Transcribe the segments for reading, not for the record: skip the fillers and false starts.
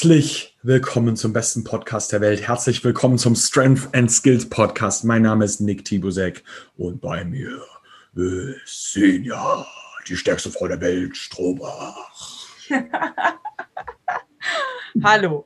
Herzlich willkommen zum besten Podcast der Welt. Herzlich willkommen zum Strength and Skills Podcast. Mein Name ist Nick Tibusek und bei mir ist Senja, die stärkste Frau der Welt, Strobach. Hallo.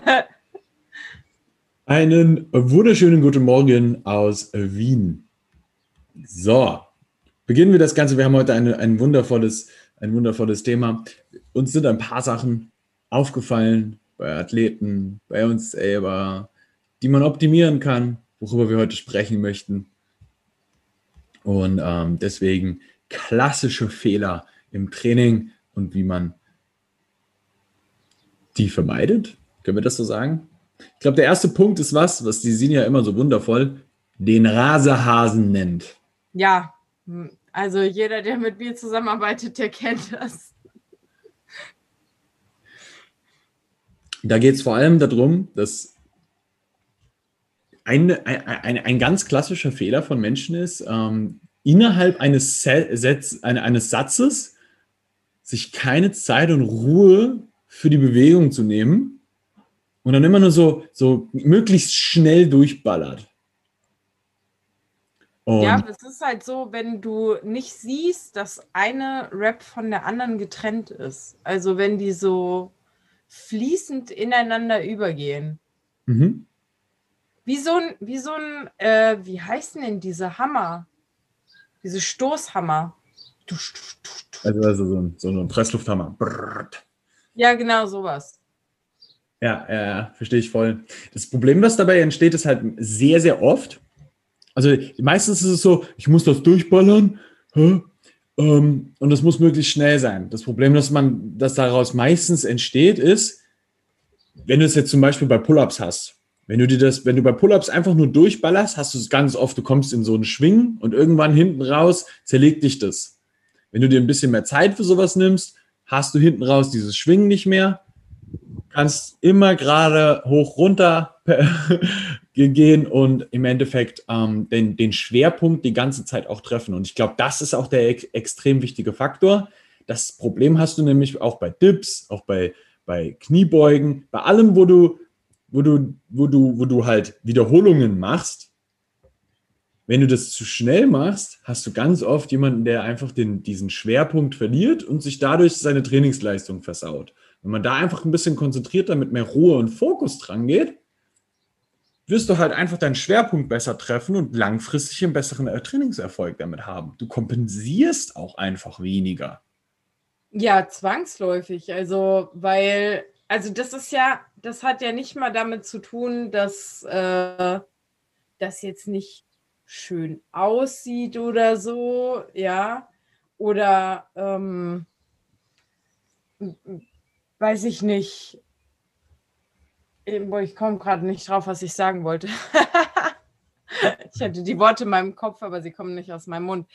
Einen wunderschönen guten Morgen aus Wien. So, beginnen wir das Ganze. Wir haben heute ein wundervolles Thema. Uns sind ein paar Sachen aufgefallen bei Athleten, bei uns selber, die man optimieren kann, worüber wir heute sprechen möchten. Und deswegen klassische Fehler im Training und wie man die vermeidet. Können wir das so sagen? Ich glaube, der erste Punkt ist was die Sinja immer so wundervoll den Rasehasen nennt. Ja, also jeder, der mit mir zusammenarbeitet, der kennt das. Da geht es vor allem darum, dass ein ganz klassischer Fehler von Menschen ist, innerhalb eines Satzes sich keine Zeit und Ruhe für die Bewegung zu nehmen und dann immer nur so möglichst schnell durchballert. Und ja, es ist halt so, wenn du nicht siehst, dass eine Rep von der anderen getrennt ist. Also wenn die so fließend ineinander übergehen. Mhm. Wie wie heißen denn diese Hammer? Diese Stoßhammer. Also so ein Presslufthammer. Brrrt. Ja, genau sowas. Ja, verstehe ich voll. Das Problem, was dabei entsteht, ist halt sehr, sehr oft. Also meistens ist es so, ich muss das durchballern und das muss möglichst schnell sein. Das Problem, das daraus meistens entsteht, ist, wenn du es jetzt zum Beispiel bei Pull-Ups hast. Wenn du bei Pull-Ups einfach nur durchballerst, hast du es ganz oft, du kommst in so einen Schwingen und irgendwann hinten raus zerlegt dich das. Wenn du dir ein bisschen mehr Zeit für sowas nimmst, hast du hinten raus dieses Schwingen nicht mehr. Kannst immer gerade hoch runter gehen und im Endeffekt den Schwerpunkt die ganze Zeit auch treffen. Und ich glaube, das ist auch der extrem wichtige Faktor. Das Problem hast du nämlich auch bei Dips, auch bei Kniebeugen, bei allem, wo du halt Wiederholungen machst. Wenn du das zu schnell machst, hast du ganz oft jemanden, der einfach diesen Schwerpunkt verliert und sich dadurch seine Trainingsleistung versaut. Wenn man da einfach ein bisschen konzentrierter mit mehr Ruhe und Fokus dran geht, wirst du halt einfach deinen Schwerpunkt besser treffen und langfristig einen besseren Trainingserfolg damit haben. Du kompensierst auch einfach weniger. Ja, zwangsläufig. Also das hat ja nicht mal damit zu tun, dass das jetzt nicht schön aussieht oder so, ja. Oder weiß ich nicht. Ich komme gerade nicht drauf, was ich sagen wollte. Ich hatte die Worte in meinem Kopf, aber sie kommen nicht aus meinem Mund.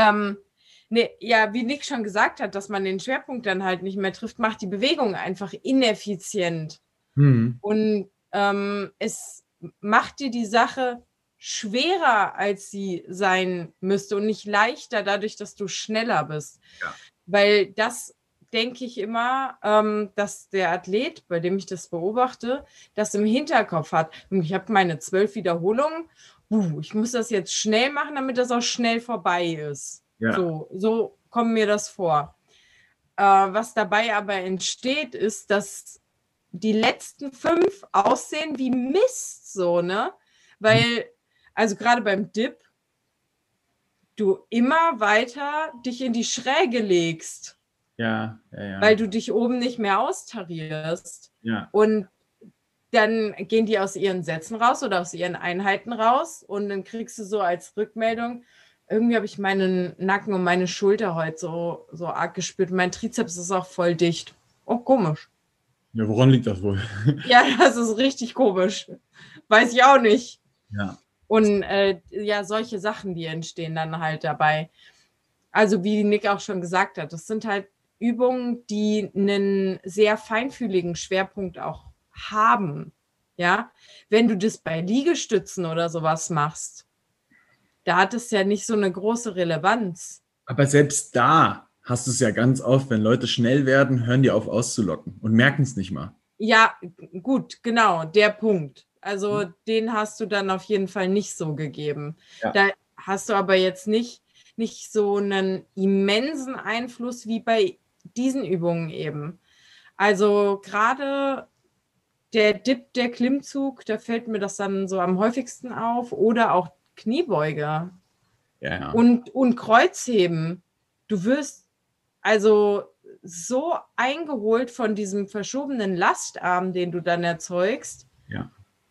Wie Nick schon gesagt hat, dass man den Schwerpunkt dann halt nicht mehr trifft, macht die Bewegung einfach ineffizient. Und es macht dir die Sache schwerer, als sie sein müsste und nicht leichter dadurch, dass du schneller bist. Ja. Weil das denke ich immer, dass der Athlet, bei dem ich das beobachte, das im Hinterkopf hat. Ich habe meine 12 Wiederholungen. Ich muss das jetzt schnell machen, damit das auch schnell vorbei ist. Ja. So kommt mir das vor. Was dabei aber entsteht, ist, dass die letzten 5 aussehen wie Mist, so, ne? Weil, also gerade beim Dip, du immer weiter dich in die Schräge legst. Ja. Weil du dich oben nicht mehr austarierst. Ja. Und dann gehen die aus ihren Sätzen raus oder aus ihren Einheiten raus und dann kriegst du so als Rückmeldung, irgendwie habe ich meinen Nacken und meine Schulter heute so arg gespürt. Mein Trizeps ist auch voll dicht. Oh, komisch. Ja, woran liegt das wohl? Ja, das ist richtig komisch. Weiß ich auch nicht. Ja. Und solche Sachen, die entstehen dann halt dabei. Also wie Nick auch schon gesagt hat, das sind halt Übungen, die einen sehr feinfühligen Schwerpunkt auch haben. Ja, wenn du das bei Liegestützen oder sowas machst, da hat es ja nicht so eine große Relevanz. Aber selbst da hast du es ja ganz oft, wenn Leute schnell werden, hören die auf auszulocken und merken es nicht mal. Ja, gut, genau, der Punkt. Also den hast du dann auf jeden Fall nicht so gegeben. Ja. Da hast du aber jetzt nicht so einen immensen Einfluss wie bei diesen Übungen eben. Also gerade der Dip, der Klimmzug, da fällt mir das dann so am häufigsten auf. Oder auch Kniebeuge Ja. und Kreuzheben. Du wirst also so eingeholt von diesem verschobenen Lastarm, den du dann erzeugst. Ja.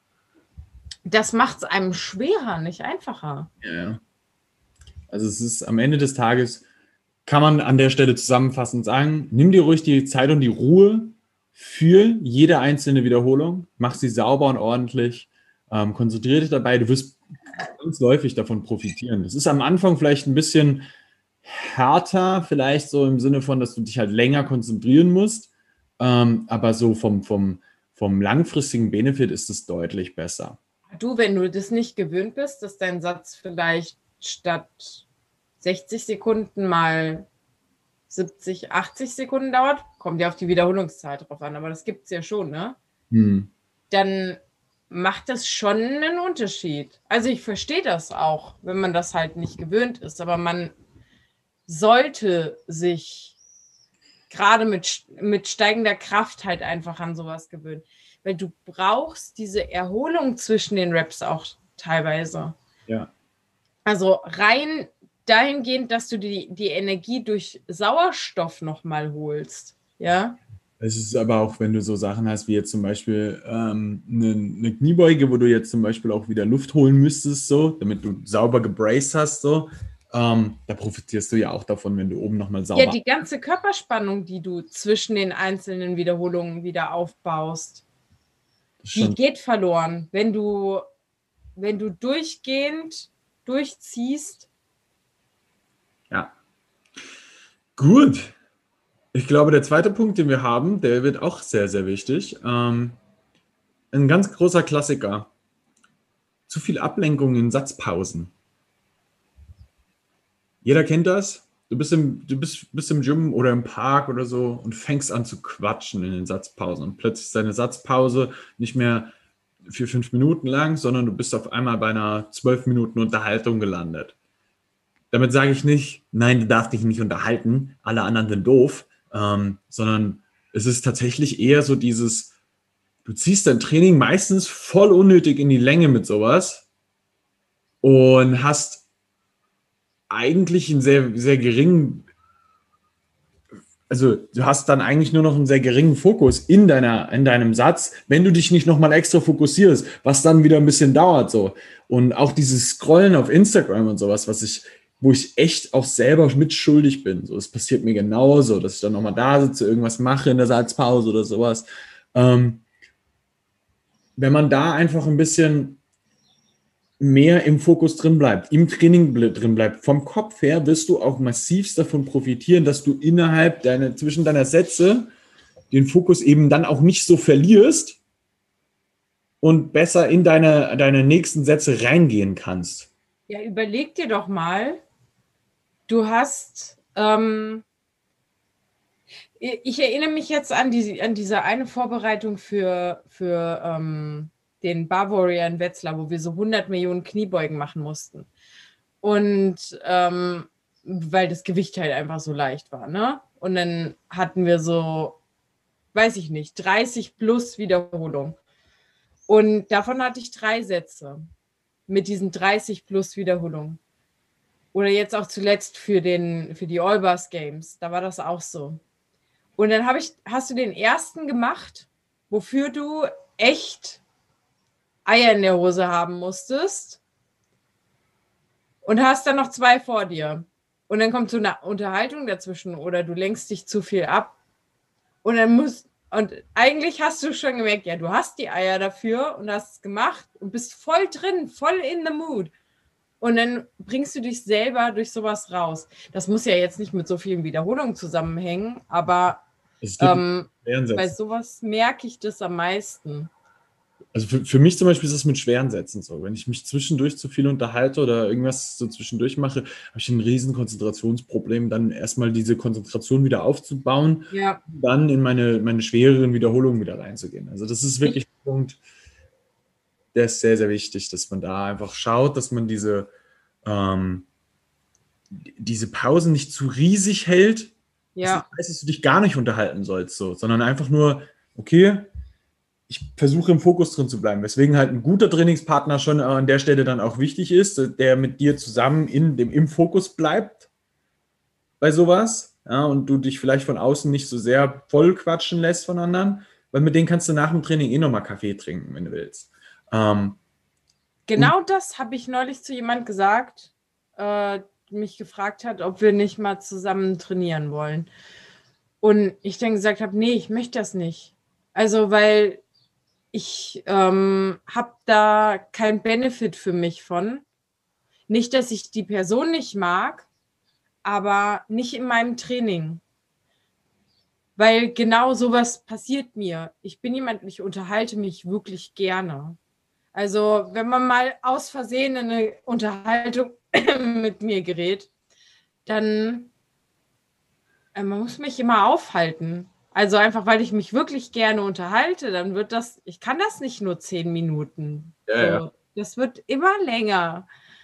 Das macht es einem schwerer, nicht einfacher. Ja. Also es ist am Ende des Tages, kann man an der Stelle zusammenfassend sagen, nimm dir ruhig die Zeit und die Ruhe für jede einzelne Wiederholung, mach sie sauber und ordentlich, konzentriere dich dabei, du wirst zwangsläufig davon profitieren. Das ist am Anfang vielleicht ein bisschen härter, vielleicht so im Sinne von, dass du dich halt länger konzentrieren musst, aber so vom langfristigen Benefit ist es deutlich besser. Du, wenn du das nicht gewöhnt bist, dass dein Satz vielleicht statt 60 Sekunden mal 70, 80 Sekunden dauert, kommt ja auf die Wiederholungszahl drauf an, aber das gibt es ja schon, ne? Dann macht das schon einen Unterschied. Also ich verstehe das auch, wenn man das halt nicht gewöhnt ist, aber man sollte sich gerade mit steigender Kraft halt einfach an sowas gewöhnen. Weil du brauchst diese Erholung zwischen den Reps auch teilweise. Ja. Also rein dahingehend, dass du die Energie durch Sauerstoff nochmal holst. Ja. Es ist aber auch, wenn du so Sachen hast, wie jetzt zum Beispiel eine Kniebeuge, wo du jetzt zum Beispiel auch wieder Luft holen müsstest, so, damit du sauber gebraced hast, so, da profitierst du ja auch davon, wenn du oben nochmal sauber... Ja, die ganze Körperspannung, die du zwischen den einzelnen Wiederholungen wieder aufbaust, die geht verloren, wenn du durchgehend durchziehst. Ja. Gut. Ich glaube, der zweite Punkt, den wir haben, der wird auch sehr, sehr wichtig. Ein ganz großer Klassiker. Zu viel Ablenkung in Satzpausen. Jeder kennt das. Du bist im Gym oder im Park oder so und fängst an zu quatschen in den Satzpausen. Und plötzlich ist deine Satzpause nicht mehr 4-5 Minuten lang, sondern du bist auf einmal bei einer 12 Minuten Unterhaltung gelandet. Damit sage ich nicht, nein, du darfst dich nicht unterhalten, alle anderen sind doof, sondern es ist tatsächlich eher so dieses, du ziehst dein Training meistens voll unnötig in die Länge mit sowas und hast eigentlich einen sehr, sehr geringen, also du hast dann eigentlich nur noch einen sehr geringen Fokus in deinem Satz, wenn du dich nicht nochmal extra fokussierst, was dann wieder ein bisschen dauert so. Und auch dieses Scrollen auf Instagram und sowas, wo ich echt auch selber mitschuldig bin. So, es passiert mir genauso, dass ich dann nochmal da sitze, irgendwas mache in der Satzpause oder sowas. Wenn man da einfach ein bisschen mehr im Fokus drin bleibt, im Training drin bleibt, vom Kopf her wirst du auch massivst davon profitieren, dass du zwischen deiner Sätze den Fokus eben dann auch nicht so verlierst und besser in deine nächsten Sätze reingehen kannst. Ja, überleg dir doch mal, du hast, ich erinnere mich jetzt an diese eine Vorbereitung für den Bar Warrior in Wetzlar, wo wir so 100 Millionen Kniebeugen machen mussten. Und weil das Gewicht halt einfach so leicht war, ne? Und dann hatten wir so, weiß ich nicht, 30 plus Wiederholungen. Und davon hatte ich 3 Sätze mit diesen 30 plus Wiederholungen. Oder jetzt auch zuletzt für die All-Bars Games, da war das auch so. Und dann hast du den ersten gemacht, wofür du echt Eier in der Hose haben musstest und hast dann noch 2 vor dir. Und dann kommt so eine Unterhaltung dazwischen oder du lenkst dich zu viel ab. Und eigentlich hast du schon gemerkt, ja, du hast die Eier dafür und hast es gemacht und bist voll drin, voll in the mood. Und dann bringst du dich selber durch sowas raus. Das muss ja jetzt nicht mit so vielen Wiederholungen zusammenhängen, aber bei sowas merke ich das am meisten. Also für mich zum Beispiel ist es mit schweren Sätzen so. Wenn ich mich zwischendurch zu viel unterhalte oder irgendwas so zwischendurch mache, habe ich ein riesen Konzentrationsproblem, dann erstmal diese Konzentration wieder aufzubauen, Ja. dann in meine schwereren Wiederholungen wieder reinzugehen. Also das ist wirklich ein Punkt, der ist sehr, sehr wichtig, dass man da einfach schaut, dass man ähm, diese Pausen nicht zu riesig hält. Das Ja. heißt, dass du dich gar nicht unterhalten sollst, so, sondern einfach nur, okay, ich versuche im Fokus drin zu bleiben. Weswegen halt ein guter Trainingspartner schon an der Stelle dann auch wichtig ist, der mit dir zusammen im Fokus bleibt bei sowas. Ja, und du dich vielleicht von außen nicht so sehr voll quatschen lässt von anderen, weil mit denen kannst du nach dem Training eh nochmal Kaffee trinken, wenn du willst. Genau das habe ich neulich zu jemand gesagt, mich gefragt hat, ob wir nicht mal zusammen trainieren wollen. Und ich dann gesagt habe, nee, ich möchte das nicht. Also, weil ich habe da kein Benefit für mich von. Nicht, dass ich die Person nicht mag, aber nicht in meinem Training. Weil genau sowas passiert mir. Ich bin jemand, ich unterhalte mich wirklich gerne. Also, wenn man mal aus Versehen in eine Unterhaltung mit mir gerät, dann man muss mich immer aufhalten. Also einfach, weil ich mich wirklich gerne unterhalte, dann wird das, ich kann das nicht nur 10 Minuten. Ja, So, ja. das wird immer länger.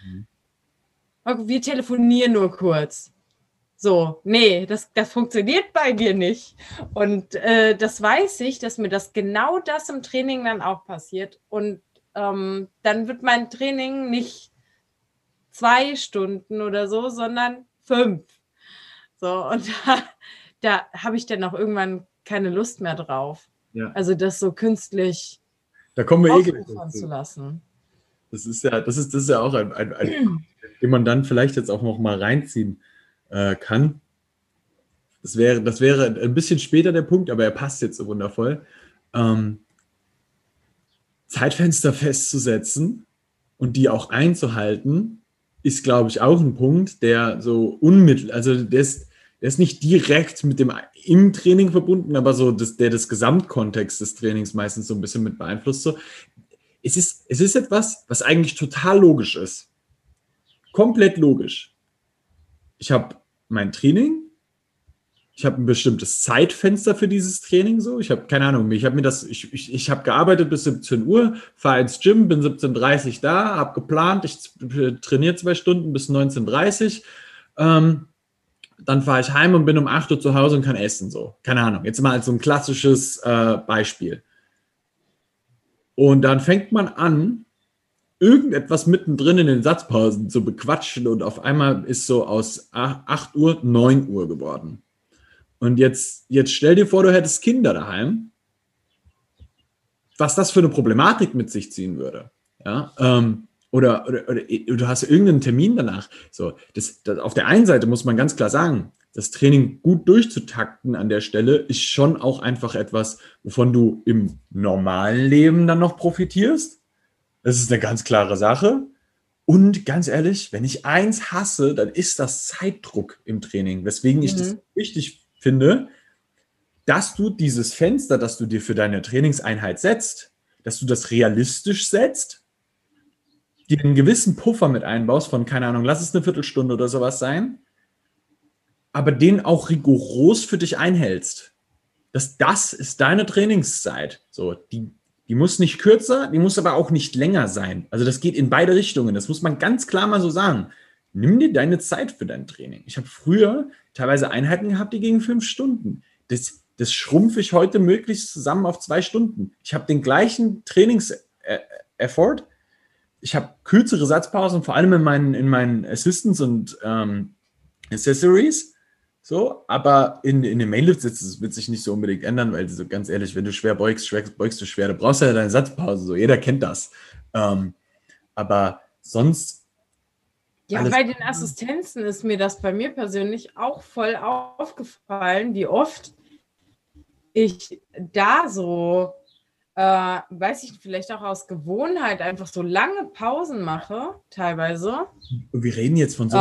Wir telefonieren nur kurz. So, nee, das funktioniert bei mir nicht. Und das weiß ich, dass mir genau das im Training dann auch passiert. Und dann wird mein Training nicht 2 Stunden oder so, sondern 5. So, und da habe ich dann auch irgendwann keine Lust mehr drauf. Ja. Also das so künstlich Da kommen wir aufufern zu lassen. Das ist ja auch ein den man dann vielleicht jetzt auch noch mal reinziehen kann. Das wäre ein bisschen später der Punkt, aber er passt jetzt so wundervoll. Zeitfenster festzusetzen und die auch einzuhalten, ist, glaube ich, auch ein Punkt, der so also der ist nicht direkt mit dem im Training verbunden, aber so der das Gesamtkontext des Trainings meistens so ein bisschen mit beeinflusst. So. Es ist etwas, was eigentlich total logisch ist. Komplett logisch. Ich habe mein Training, ich habe ein bestimmtes Zeitfenster für dieses Training so. Ich habe keine Ahnung, ich habe gearbeitet bis 17 Uhr, fahre ins Gym, bin 17:30 da, habe geplant, ich trainiere 2 Stunden bis 19:30 dann fahre ich heim und bin um 8 Uhr zu Hause und kann essen so. Keine Ahnung, jetzt mal als so ein klassisches Beispiel. Und dann fängt man an, irgendetwas mittendrin in den Satzpausen zu bequatschen und auf einmal ist so aus 8 Uhr 9 Uhr geworden. Und jetzt stell dir vor, du hättest Kinder daheim, was das für eine Problematik mit sich ziehen würde. Ja, oder du hast irgendeinen Termin danach. So, das, auf der einen Seite muss man ganz klar sagen, das Training gut durchzutakten an der Stelle ist schon auch einfach etwas, wovon du im normalen Leben dann noch profitierst. Das ist eine ganz klare Sache. Und ganz ehrlich, wenn ich eins hasse, dann ist das Zeitdruck im Training. Weswegen ich das wichtig finde, dass du dieses Fenster, das du dir für deine Trainingseinheit setzt, dass du das realistisch setzt, dir einen gewissen Puffer mit einbaust von, keine Ahnung, lass es eine Viertelstunde oder sowas sein, aber den auch rigoros für dich einhältst. Das ist deine Trainingszeit. So, die muss nicht kürzer, die muss aber auch nicht länger sein. Also das geht in beide Richtungen. Das muss man ganz klar mal so sagen. Nimm dir deine Zeit für dein Training. Ich habe früher teilweise Einheiten gehabt, die gingen 5 Stunden. Das schrumpfe ich heute möglichst zusammen auf 2 Stunden. Ich habe den gleichen Trainings-Effort. Ich habe kürzere Satzpausen, vor allem in meinen Assistants und Accessories. So, aber in den Mainlifts wird sich nicht so unbedingt ändern, weil so ganz ehrlich, wenn du schwer beugst du schwer. Du brauchst ja deine Satzpause, so jeder kennt das. Aber sonst. Ja, bei den Assistenzen ist mir das bei mir persönlich auch voll aufgefallen, wie oft ich da so, weiß ich, vielleicht auch aus Gewohnheit einfach so lange Pausen mache, teilweise. Und wir reden jetzt von so.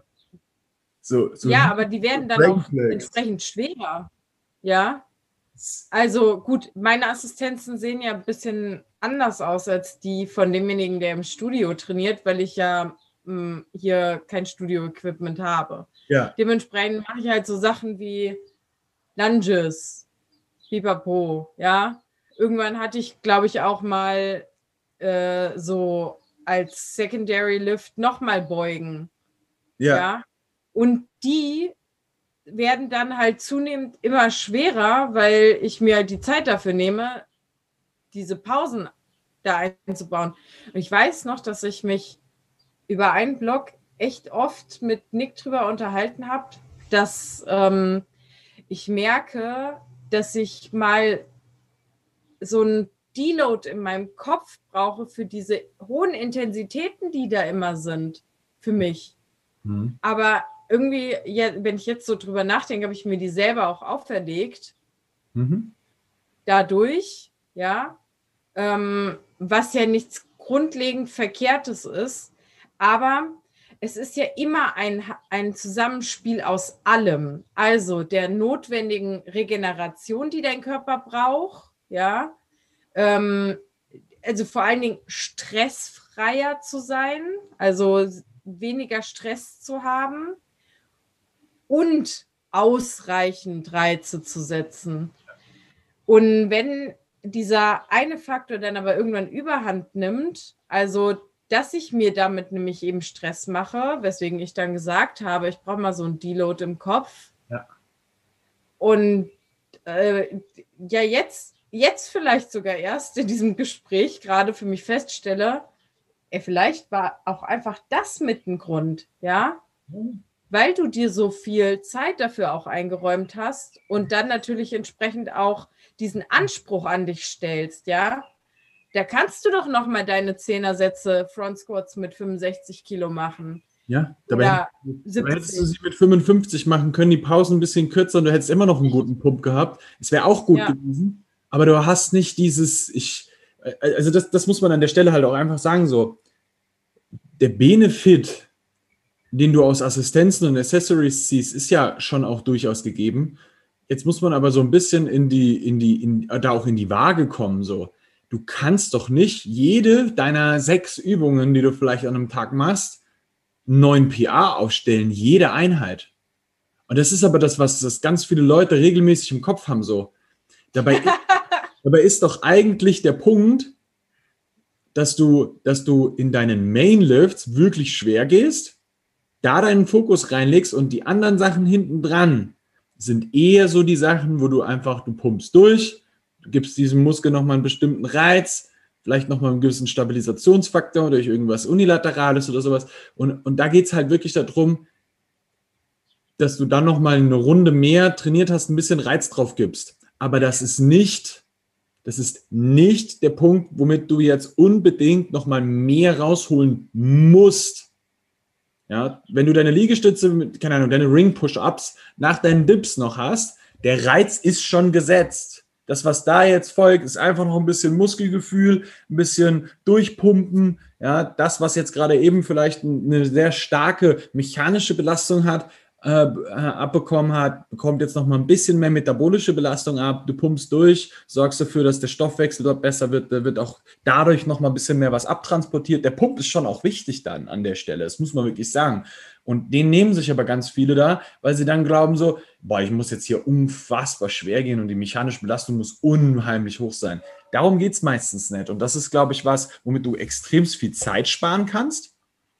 Ja, aber die werden dann auch entsprechend schwerer. Ja. Also gut, meine Assistenzen sehen ja ein bisschen anders aus als die von demjenigen, der im Studio trainiert, weil ich ja hier kein Studio-Equipment habe. Ja. Dementsprechend mache ich halt so Sachen wie Lunges, Pipapo, ja. Irgendwann hatte ich, glaube ich, auch mal so als Secondary Lift nochmal Beugen. Ja. Und die werden dann halt zunehmend immer schwerer, weil ich mir halt die Zeit dafür nehme, diese Pausen da einzubauen. Und ich weiß noch, dass ich mich über einen Blog echt oft mit Nick drüber unterhalten habe, dass ich merke, dass ich mal so ein Deload in meinem Kopf brauche für diese hohen Intensitäten, die da immer sind, für mich. Aber irgendwie, ja, wenn ich jetzt so drüber nachdenke, habe ich mir die selber auch auferlegt. Dadurch, ja, was ja nichts grundlegend Verkehrtes ist, aber es ist ja immer ein Zusammenspiel aus allem. Also der notwendigen Regeneration, die dein Körper braucht, ja, also vor allen Dingen stressfreier zu sein, also weniger Stress zu haben und ausreichend Reize zu setzen. Und wenn dieser eine Faktor dann aber irgendwann Überhand nimmt, also dass ich mir damit nämlich eben Stress mache, weswegen ich dann gesagt habe, ich brauche mal so ein Deload im Kopf. Ja. Und ja, jetzt vielleicht sogar erst in diesem Gespräch gerade für mich feststelle, vielleicht war auch einfach das mit ein Grund, ja, weil du dir so viel Zeit dafür auch eingeräumt hast und dann natürlich entsprechend auch diesen Anspruch an dich stellst, ja. Da kannst du doch noch mal deine Zehnersätze Front Squats mit 65 Kilo machen. Ja, Oder dabei hättest du sie mit 55 machen können, die Pausen ein bisschen kürzer und du hättest immer noch einen guten Pump gehabt. Es wäre auch gut gewesen, aber du hast nicht dieses, also das muss man an der Stelle halt auch einfach sagen, so, der Benefit, den du aus Assistenzen und Accessories ziehst, ist ja schon auch durchaus gegeben. Jetzt muss man aber so ein bisschen da auch in die Waage kommen, so. Du kannst doch nicht jede deiner 6 Übungen, die du vielleicht an einem Tag machst, 9 PA aufstellen, jede Einheit. Und das ist aber das, was das ganz viele Leute regelmäßig im Kopf haben, so. Dabei ist doch eigentlich der Punkt, dass du in deinen Mainlifts wirklich schwer gehst, da deinen Fokus reinlegst und die anderen Sachen hinten dran sind eher so die Sachen, wo du pumpst durch, du gibst diesem Muskel nochmal einen bestimmten Reiz, vielleicht nochmal einen gewissen Stabilisationsfaktor durch irgendwas Unilaterales oder sowas. Und da geht es halt wirklich darum, dass du dann nochmal eine Runde mehr trainiert hast, ein bisschen Reiz drauf gibst. Aber das ist nicht der Punkt, womit du jetzt unbedingt nochmal mehr rausholen musst. Ja, wenn du deine Liegestütze, keine Ahnung, deine Ring-Push-Ups nach deinen Dips noch hast, der Reiz ist schon gesetzt. Das, was da jetzt folgt, ist einfach noch ein bisschen Muskelgefühl, ein bisschen durchpumpen. Ja, das, was jetzt gerade eben vielleicht eine sehr starke mechanische Belastung abbekommen hat, bekommt jetzt noch mal ein bisschen mehr metabolische Belastung ab. Du pumpst durch, sorgst dafür, dass der Stoffwechsel dort besser wird. Da wird auch dadurch noch mal ein bisschen mehr was abtransportiert. Der Pump ist schon auch wichtig dann an der Stelle. Das muss man wirklich sagen. Und den nehmen sich aber ganz viele da, weil sie dann glauben so, boah, ich muss jetzt hier unfassbar schwer gehen und die mechanische Belastung muss unheimlich hoch sein. Darum geht es meistens nicht. Und das ist, glaube ich, was, womit du extremst viel Zeit sparen kannst.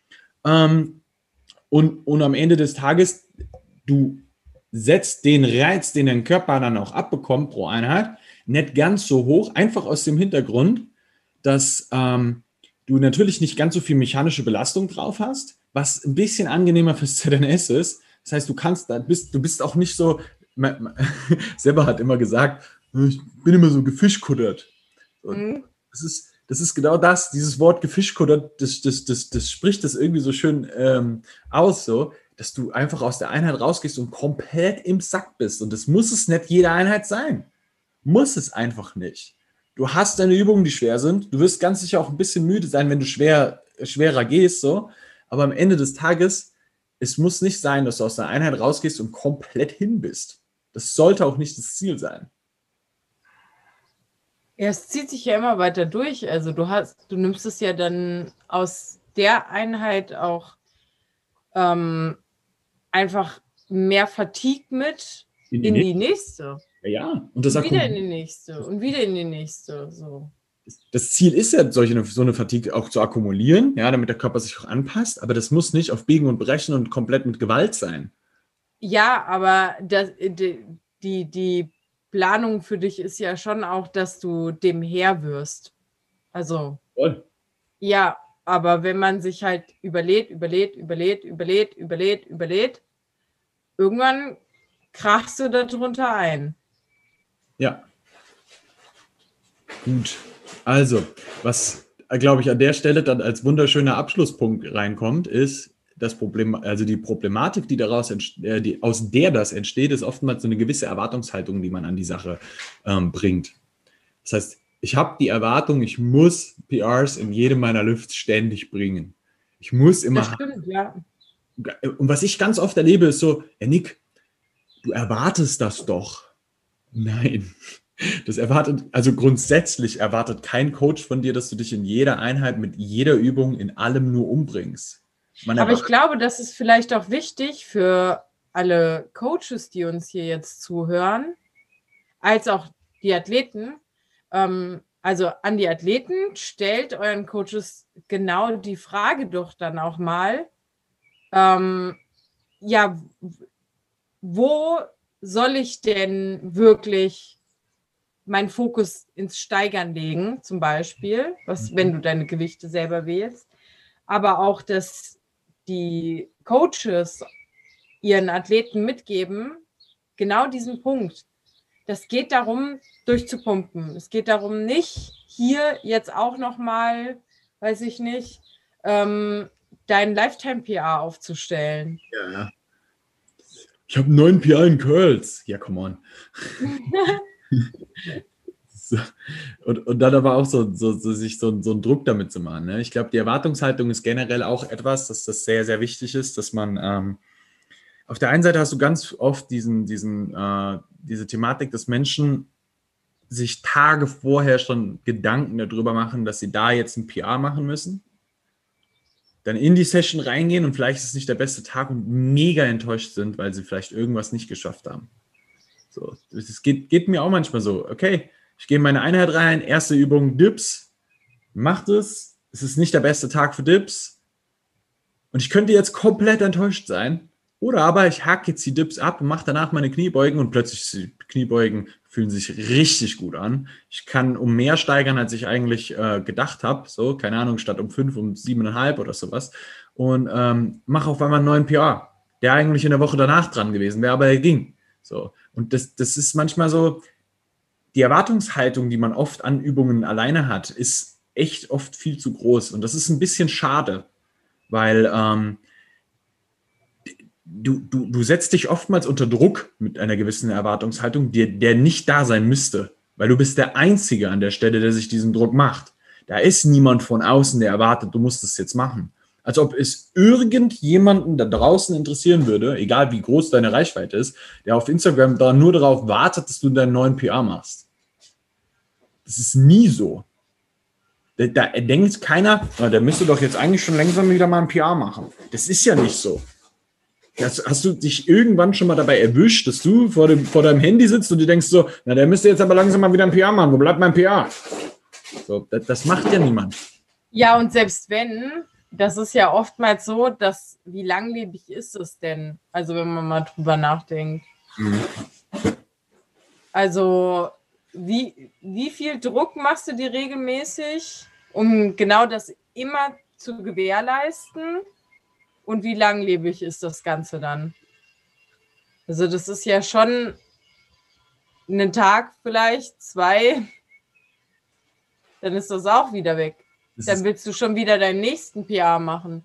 Und am Ende des Tages, du setzt den Reiz, den dein Körper dann auch abbekommt pro Einheit, nicht ganz so hoch, einfach aus dem Hintergrund, dass du natürlich nicht ganz so viel mechanische Belastung drauf hast, was ein bisschen angenehmer fürs ZNS ist. Das heißt, du bist auch nicht so, Seba hat immer gesagt, ich bin immer so gefischkuttert. Das ist genau das, dieses Wort gefischkuttert, das spricht das irgendwie so schön aus, so, dass du einfach aus der Einheit rausgehst und komplett im Sack bist. Und das muss es nicht jede Einheit sein. Muss es einfach nicht. Du hast deine Übungen, die schwer sind. Du wirst ganz sicher auch ein bisschen müde sein, wenn du schwerer gehst, so. Aber am Ende des Tages, es muss nicht sein, dass du aus der Einheit rausgehst und komplett hin bist. Das sollte auch nicht das Ziel sein. Ja, es zieht sich ja immer weiter durch. Also du nimmst es ja dann aus der Einheit auch einfach mehr Fatigue mit in die nächste. Ja, und das Und wieder in die nächste und wieder in die nächste. So. Das Ziel ist ja, so eine Fatigue auch zu akkumulieren, ja, damit der Körper sich auch anpasst, aber das muss nicht auf Biegen und Brechen und komplett mit Gewalt sein. Ja, aber die Planung für dich ist ja schon auch, dass du dem Herr wirst. Also, Voll. ja, aber wenn man sich halt überlädt, irgendwann krachst du darunter ein. Ja. Gut. Also, was, glaube ich, an der Stelle dann als wunderschöner Abschlusspunkt reinkommt, ist das Problem, also die Problematik, die aus der das entsteht, ist oftmals so eine gewisse Erwartungshaltung, die man an die Sache bringt. Das heißt, ich habe die Erwartung, ich muss PRs in jedem meiner Lifts ständig bringen. Ich muss immer. Das stimmt, ja. Und was ich ganz oft erlebe, ist so, ja, Nick, du erwartest das doch. Nein. Also grundsätzlich erwartet kein Coach von dir, dass du dich in jeder Einheit mit jeder Übung in allem nur umbringst. Aber ich glaube, das ist vielleicht auch wichtig für alle Coaches, die uns hier jetzt zuhören, als auch die Athleten. Also an die Athleten, stellt euren Coaches genau die Frage doch dann auch mal, ja, wo soll ich denn wirklich meinen Fokus ins Steigern legen, zum Beispiel, wenn du deine Gewichte selber wählst, aber auch, dass die Coaches ihren Athleten mitgeben, genau diesen Punkt. Das geht darum, durchzupumpen. Es geht darum, nicht hier jetzt auch nochmal, weiß ich nicht, dein Lifetime-PR aufzustellen. Ja. Ich habe 9 PR in Curls. Ja, come on. So. Und dann aber auch sich so einen Druck damit zu machen. Ne? Ich glaube, die Erwartungshaltung ist generell auch etwas, dass das sehr, sehr wichtig ist, dass man auf der einen Seite hast du ganz oft diese Thematik, dass Menschen sich Tage vorher schon Gedanken darüber machen, dass sie da jetzt ein PR machen müssen. Dann in die Session reingehen und vielleicht ist es nicht der beste Tag und mega enttäuscht sind, weil sie vielleicht irgendwas nicht geschafft haben. So, das geht mir auch manchmal so. Okay, ich gehe in meine Einheit rein, erste Übung Dips, macht es ist nicht der beste Tag für Dips und ich könnte jetzt komplett enttäuscht sein. Oder aber ich hake jetzt die Dips ab und mache danach meine Kniebeugen und plötzlich die Kniebeugen fühlen sich richtig gut an. Ich kann um mehr steigern, als ich eigentlich gedacht habe. So, keine Ahnung, statt um 5, um 7,5 oder sowas. Und mache auf einmal einen neuen PR, der eigentlich in der Woche danach dran gewesen wäre, aber er ging. So. Und das ist manchmal so, die Erwartungshaltung, die man oft an Übungen alleine hat, ist echt oft viel zu groß. Und das ist ein bisschen schade, weil du setzt dich oftmals unter Druck mit einer gewissen Erwartungshaltung, der nicht da sein müsste, weil du bist der Einzige an der Stelle, der sich diesen Druck macht. Da ist niemand von außen, der erwartet, du musst es jetzt machen. Als ob es irgendjemanden da draußen interessieren würde, egal wie groß deine Reichweite ist, der auf Instagram da nur darauf wartet, dass du deinen neuen PR machst. Das ist nie so. Da denkt keiner, der müsste doch jetzt eigentlich schon langsam wieder mal ein PR machen. Das ist ja nicht so. Hast du dich irgendwann schon mal dabei erwischt, dass du vor deinem Handy sitzt und du denkst so, na, der müsste jetzt aber langsam mal wieder ein PR machen. Wo bleibt mein PR? So, das macht ja niemand. Ja, und selbst wenn, das ist ja oftmals so, dass, wie langlebig ist es denn? Also, wenn man mal drüber nachdenkt. Mhm. Also, wie viel Druck machst du dir regelmäßig, um genau das immer zu gewährleisten? Und wie langlebig ist das Ganze dann? Also das ist ja schon einen Tag vielleicht, 2, dann ist das auch wieder weg. Dann willst du schon wieder deinen nächsten PR machen.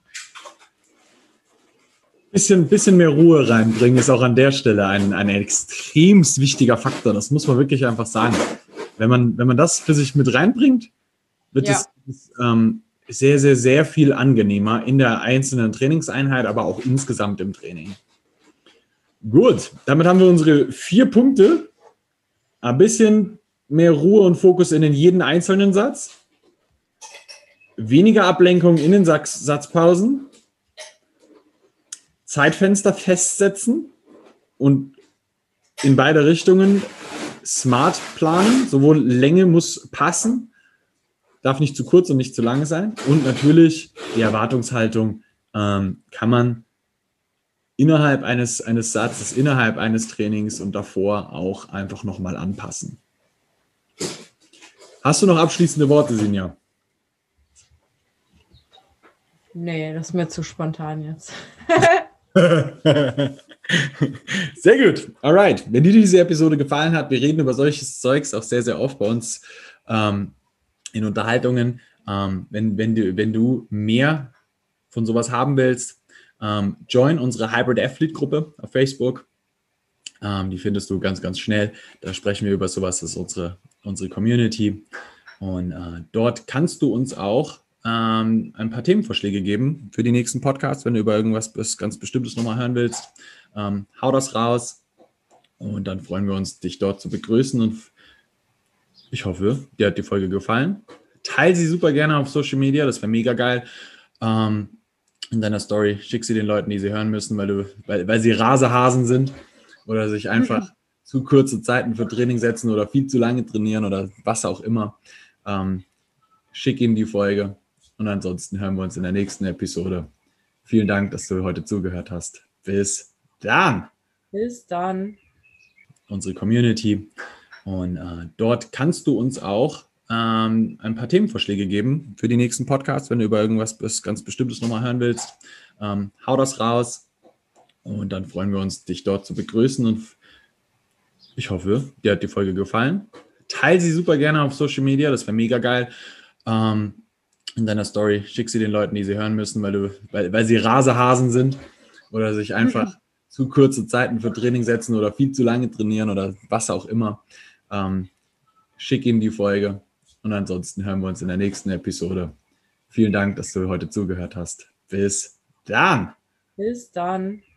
Bisschen mehr Ruhe reinbringen ist auch an der Stelle ein extrem wichtiger Faktor. Das muss man wirklich einfach sagen. Wenn man das für sich mit reinbringt, wird es sehr, sehr, sehr viel angenehmer in der einzelnen Trainingseinheit, aber auch insgesamt im Training. Gut, damit haben wir unsere 4 Punkte ein bisschen mehr Ruhe und Fokus in den jeden einzelnen Satz, weniger Ablenkung in den Satzpausen, Zeitfenster festsetzen und in beide Richtungen smart planen. Sowohl Länge muss passen, darf nicht zu kurz und nicht zu lang sein. Und natürlich die Erwartungshaltung kann man innerhalb eines Satzes, innerhalb eines Trainings und davor auch einfach nochmal anpassen. Hast du noch abschließende Worte, Sinja? Nee, das ist mir zu spontan jetzt. Sehr gut. Alright. Wenn dir diese Episode gefallen hat, wir reden über solches Zeugs auch sehr, sehr oft bei uns in Unterhaltungen. Wenn du mehr von sowas haben willst, join unsere Hybrid Athlete Gruppe auf Facebook. Die findest du ganz, ganz schnell. Da sprechen wir über sowas. Das ist unsere Community. Und dort kannst du uns auch ein paar Themenvorschläge geben für die nächsten Podcasts, wenn du über irgendwas ganz Bestimmtes nochmal hören willst. Hau das raus und dann freuen wir uns, dich dort zu begrüßen und ich hoffe, dir hat die Folge gefallen. Teil sie super gerne auf Social Media, das wäre mega geil. In deiner Story schick sie den Leuten, die sie hören müssen, weil sie Rasehasen sind oder sich einfach zu kurze Zeiten für Training setzen oder viel zu lange trainieren oder was auch immer. Schick ihnen die Folge. Und ansonsten hören wir uns in der nächsten Episode. Vielen Dank, dass du heute zugehört hast. Bis dann. Bis dann. Unsere Community. Und dort kannst du uns auch ein paar Themenvorschläge geben für die nächsten Podcasts, wenn du über irgendwas ganz Bestimmtes nochmal hören willst. Hau das raus. Und dann freuen wir uns, dich dort zu begrüßen. Und ich hoffe, dir hat die Folge gefallen. Teil sie super gerne auf Social Media. Das wäre mega geil. In deiner Story schick sie den Leuten, die sie hören müssen, weil sie Rasehasen sind oder sich einfach zu kurze Zeiten für Training setzen oder viel zu lange trainieren oder was auch immer. Schick ihnen die Folge und ansonsten hören wir uns in der nächsten Episode. Vielen Dank, dass du heute zugehört hast. Bis dann. Bis dann.